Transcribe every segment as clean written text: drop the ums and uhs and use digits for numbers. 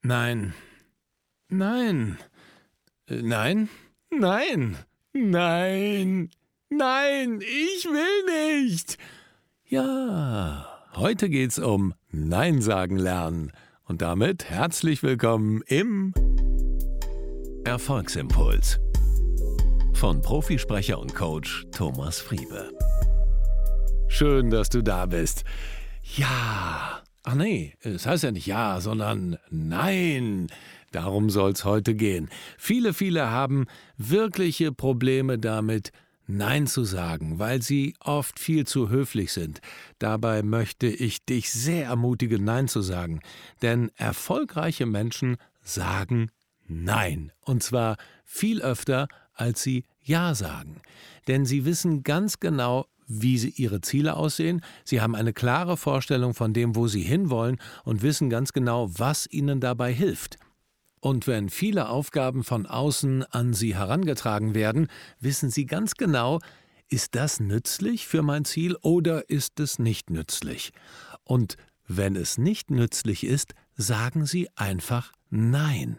Nein, nein, nein, nein, nein, nein, ich will nicht. Ja, heute geht's um Nein sagen lernen. Und damit herzlich willkommen im Erfolgsimpuls von Profisprecher und Coach Thomas Friebe. Schön, dass du da bist. Ja, ach nee, es heißt ja nicht ja, sondern nein. Darum soll's heute gehen. Viele haben wirkliche Probleme damit, Nein zu sagen, weil sie oft viel zu höflich sind. Dabei möchte ich dich sehr ermutigen, Nein zu sagen. Denn erfolgreiche Menschen sagen Nein. Und zwar viel öfter, als sie Ja sagen. Denn sie wissen ganz genau, wie ihre Ziele aussehen. Sie haben eine klare Vorstellung von dem, wo sie hinwollen und wissen ganz genau, was ihnen dabei hilft. Und wenn viele Aufgaben von außen an sie herangetragen werden, wissen sie ganz genau, ist das nützlich für mein Ziel oder ist es nicht nützlich? Und wenn es nicht nützlich ist, sagen sie einfach Nein.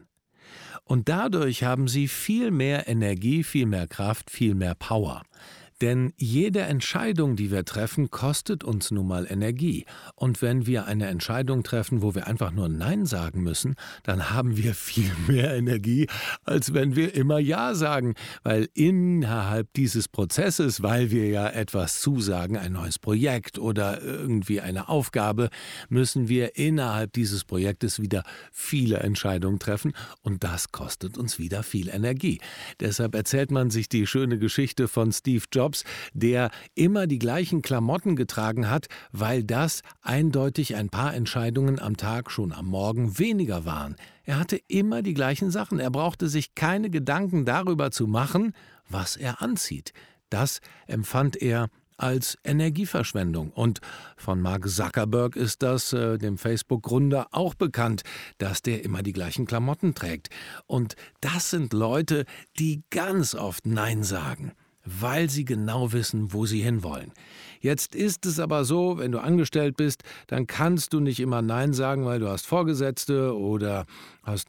Und dadurch haben sie viel mehr Energie, viel mehr Kraft, viel mehr Power. Denn jede Entscheidung, die wir treffen, kostet uns nun mal Energie. Und wenn wir eine Entscheidung treffen, wo wir einfach nur Nein sagen müssen, dann haben wir viel mehr Energie, als wenn wir immer Ja sagen. Weil innerhalb dieses Prozesses, weil wir ja etwas zusagen, ein neues Projekt oder irgendwie eine Aufgabe, müssen wir innerhalb dieses Projektes wieder viele Entscheidungen treffen. Und das kostet uns wieder viel Energie. Deshalb erzählt man sich die schöne Geschichte von Steve Jobs, der immer die gleichen Klamotten getragen hat, weil das eindeutig ein paar Entscheidungen am Tag schon am Morgen weniger waren. Er hatte immer die gleichen Sachen. Er brauchte sich keine Gedanken darüber zu machen, was er anzieht. Das empfand er als Energieverschwendung. Und von Mark Zuckerberg ist das, dem Facebook-Gründer, auch bekannt, dass der immer die gleichen Klamotten trägt. Und das sind Leute, die ganz oft Nein sagen, weil sie genau wissen, wo sie hinwollen. Jetzt ist es aber so, wenn du angestellt bist, dann kannst du nicht immer Nein sagen, weil du hast Vorgesetzte oder hast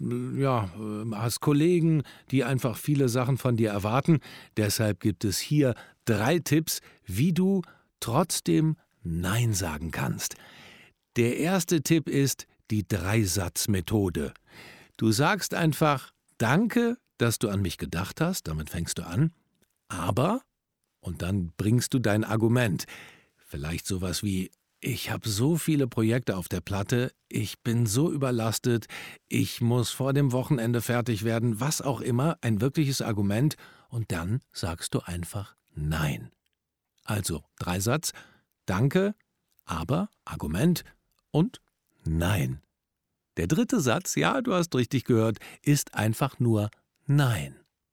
Kollegen, die einfach viele Sachen von dir erwarten. Deshalb gibt es hier 3 Tipps, wie du trotzdem Nein sagen kannst. Der erste Tipp ist die 3-Satz-Methode. Du sagst einfach Danke, dass du an mich gedacht hast, damit fängst du an. Aber, und dann bringst du dein Argument. Vielleicht sowas wie, ich habe so viele Projekte auf der Platte, ich bin so überlastet, ich muss vor dem Wochenende fertig werden, was auch immer, ein wirkliches Argument. Und dann sagst du einfach Nein. Also 3 Satz, Danke, aber, Argument und Nein. Der 3. Satz, ja, du hast richtig gehört, ist einfach nur Nein.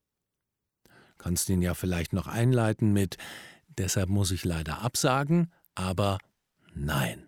Kannst ihn ja vielleicht noch einleiten mit, deshalb muss ich leider absagen, aber nein.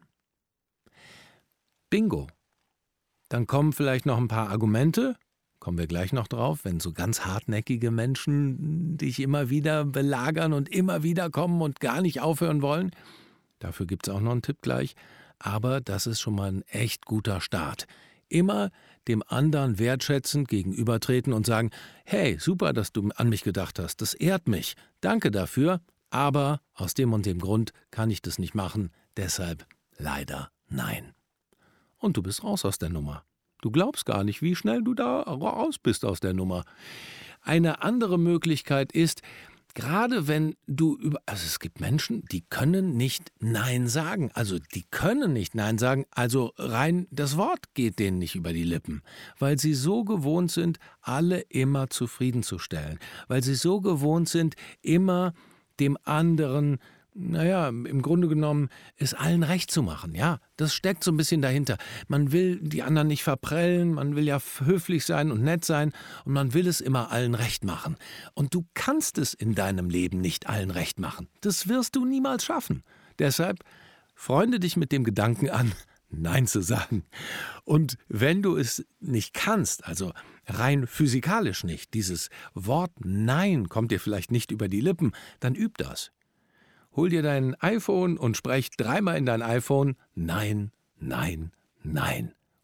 Bingo. Dann kommen vielleicht noch ein paar Argumente, kommen wir gleich noch drauf, wenn so ganz hartnäckige Menschen dich immer wieder belagern und immer wieder kommen und gar nicht aufhören wollen. Dafür gibt es auch noch einen Tipp gleich, aber das ist schon mal ein echt guter Start. Immer dem anderen wertschätzend gegenübertreten und sagen, hey, super, dass du an mich gedacht hast, das ehrt mich, danke dafür, aber aus dem und dem Grund kann ich das nicht machen, deshalb leider nein. Und du bist raus aus der Nummer. Du glaubst gar nicht, wie schnell du da raus bist aus der Nummer. Eine andere Möglichkeit ist, gerade wenn es gibt Menschen, die können nicht Nein sagen. Also die können nicht Nein sagen, also rein das Wort geht denen nicht über die Lippen. Weil sie so gewohnt sind, alle immer zufriedenzustellen. Weil sie so gewohnt sind, immer dem anderen, im Grunde genommen, es allen recht zu machen. Ja, das steckt so ein bisschen dahinter. Man will die anderen nicht verprellen, man will ja höflich sein und nett sein und man will es immer allen recht machen. Und du kannst es in deinem Leben nicht allen recht machen. Das wirst du niemals schaffen. Deshalb freunde dich mit dem Gedanken an, Nein zu sagen. Und wenn du es nicht kannst, also rein physikalisch nicht, dieses Wort Nein kommt dir vielleicht nicht über die Lippen, dann üb das. Hol dir dein iPhone und sprech 3-mal in dein iPhone Nein, Nein, Nein.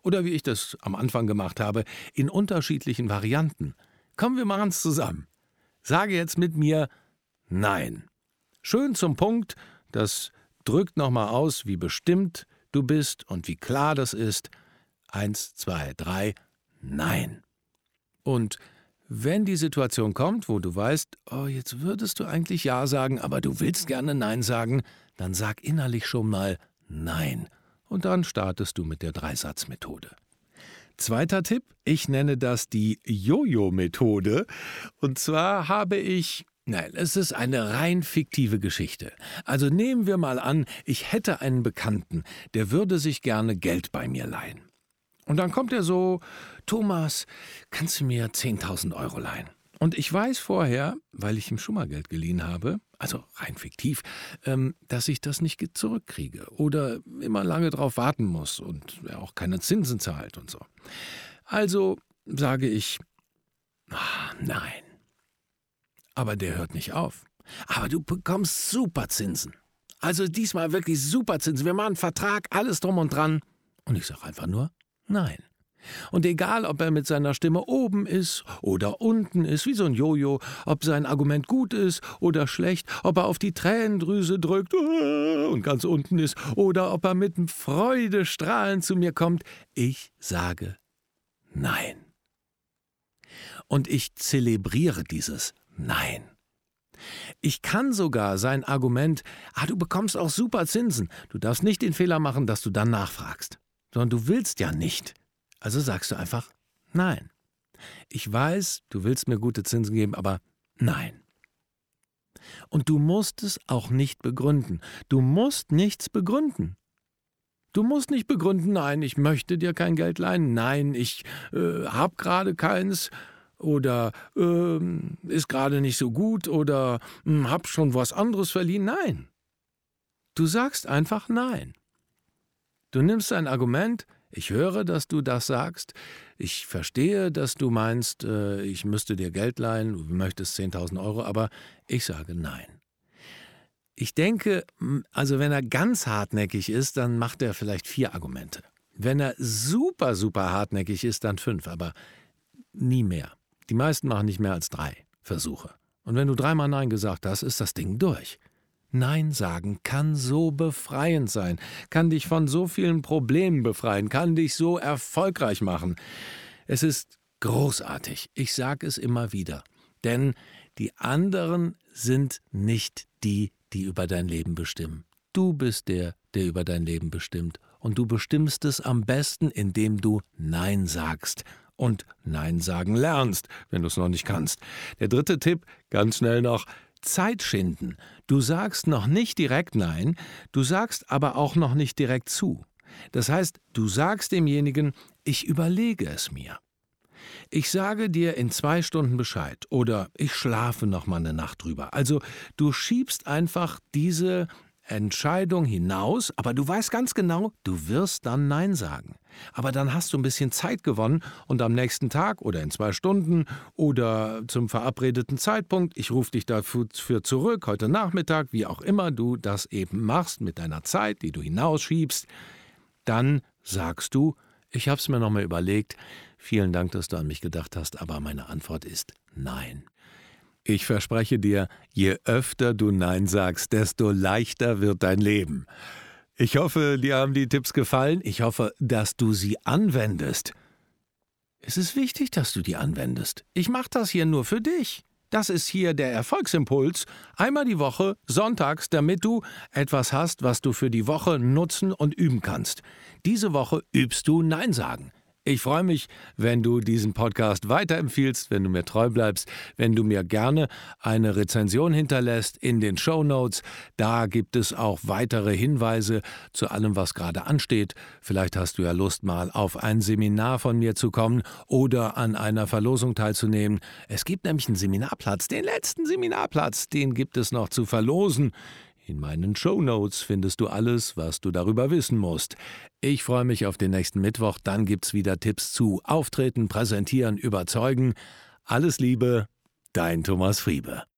Oder wie ich das am Anfang gemacht habe, in unterschiedlichen Varianten. Komm, wir machen's zusammen. Sage jetzt mit mir Nein. Schön zum Punkt, das drückt nochmal aus, wie bestimmt du bist und wie klar das ist. 1, 2, 3, Nein. Und wenn die Situation kommt, wo du weißt, oh, jetzt würdest du eigentlich Ja sagen, aber du willst gerne Nein sagen, dann sag innerlich schon mal Nein. Und dann startest du mit der Dreisatzmethode. Zweiter Tipp, ich nenne das die Jojo-Methode. Und zwar es ist eine rein fiktive Geschichte. Also nehmen wir mal an, ich hätte einen Bekannten, der würde sich gerne Geld bei mir leihen. Und dann kommt er so, Thomas, kannst du mir 10.000 Euro leihen? Und ich weiß vorher, weil ich ihm schon mal Geld geliehen habe, also rein fiktiv, dass ich das nicht zurückkriege oder immer lange drauf warten muss und er auch keine Zinsen zahlt und so. Also sage ich, nein. Aber der hört nicht auf. Aber du bekommst super Zinsen. Also diesmal wirklich super Zinsen. Wir machen einen Vertrag, alles drum und dran. Und ich sage einfach nur nein. Und egal, ob er mit seiner Stimme oben ist oder unten ist, wie so ein Jojo, ob sein Argument gut ist oder schlecht, ob er auf die Tränendrüse drückt und ganz unten ist oder ob er mit Freudestrahlen zu mir kommt, ich sage nein. Und ich zelebriere dieses Nein. Ich kann sogar sein Argument, du bekommst auch super Zinsen, du darfst nicht den Fehler machen, dass du dann nachfragst, sondern du willst ja nicht. Also sagst du einfach nein. Ich weiß, du willst mir gute Zinsen geben, aber nein. Und du musst es auch nicht begründen. Du musst nichts begründen. Du musst nicht begründen, nein, ich möchte dir kein Geld leihen, nein, ich habe gerade keins oder ist gerade nicht so gut oder hab schon was anderes verliehen. Nein. Du sagst einfach nein. Du nimmst ein Argument, ich höre, dass du das sagst, ich verstehe, dass du meinst, ich müsste dir Geld leihen, du möchtest 10.000 Euro, aber ich sage nein. Ich denke, also wenn er ganz hartnäckig ist, dann macht er vielleicht 4 Argumente. Wenn er super, super hartnäckig ist, dann 5, aber nie mehr. Die meisten machen nicht mehr als 3 Versuche. Und wenn du 3-mal Nein gesagt hast, ist das Ding durch. Nein sagen kann so befreiend sein, kann dich von so vielen Problemen befreien, kann dich so erfolgreich machen. Es ist großartig, ich sage es immer wieder, denn die anderen sind nicht die, die über dein Leben bestimmen. Du bist der, der über dein Leben bestimmt und du bestimmst es am besten, indem du Nein sagst. Und Nein sagen lernst, wenn du es noch nicht kannst. Der 3. Tipp, ganz schnell noch, Zeit schinden. Du sagst noch nicht direkt Nein, du sagst aber auch noch nicht direkt zu. Das heißt, du sagst demjenigen, ich überlege es mir. Ich sage dir in 2 Stunden Bescheid oder ich schlafe noch mal eine Nacht drüber. Also du schiebst einfach diese Entscheidung hinaus, aber du weißt ganz genau, du wirst dann Nein sagen. Aber dann hast du ein bisschen Zeit gewonnen und am nächsten Tag oder in 2 Stunden oder zum verabredeten Zeitpunkt, ich rufe dich dafür zurück, heute Nachmittag, wie auch immer du das eben machst mit deiner Zeit, die du hinausschiebst, dann sagst du, ich habe es mir nochmal überlegt, vielen Dank, dass du an mich gedacht hast, aber meine Antwort ist Nein. Ich verspreche dir, je öfter du Nein sagst, desto leichter wird dein Leben. Ich hoffe, dir haben die Tipps gefallen. Ich hoffe, dass du sie anwendest. Es ist wichtig, dass du die anwendest. Ich mache das hier nur für dich. Das ist hier der Erfolgsimpuls. Einmal die Woche, sonntags, damit du etwas hast, was du für die Woche nutzen und üben kannst. Diese Woche übst du Nein sagen. Ich freue mich, wenn du diesen Podcast weiterempfiehlst, wenn du mir treu bleibst, wenn du mir gerne eine Rezension hinterlässt in den Shownotes. Da gibt es auch weitere Hinweise zu allem, was gerade ansteht. Vielleicht hast du ja Lust, mal auf ein Seminar von mir zu kommen oder an einer Verlosung teilzunehmen. Es gibt nämlich einen Seminarplatz, den letzten Seminarplatz, den gibt es noch zu verlosen. In meinen Shownotes findest du alles, was du darüber wissen musst. Ich freue mich auf den nächsten Mittwoch, dann gibt's wieder Tipps zu Auftreten, Präsentieren, Überzeugen. Alles Liebe, dein Thomas Friebe.